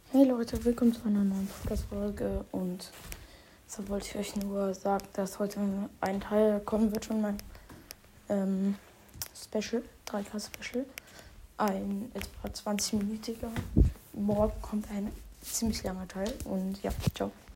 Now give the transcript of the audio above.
Hey Leute, willkommen zu einer neuen Podcast-Folge und so wollte ich euch nur sagen, dass heute ein Teil kommen wird von meinem Special, 3K-Special, ein etwa 20-minütiger. Morgen kommt ein ziemlich langer Teil und ja, ciao.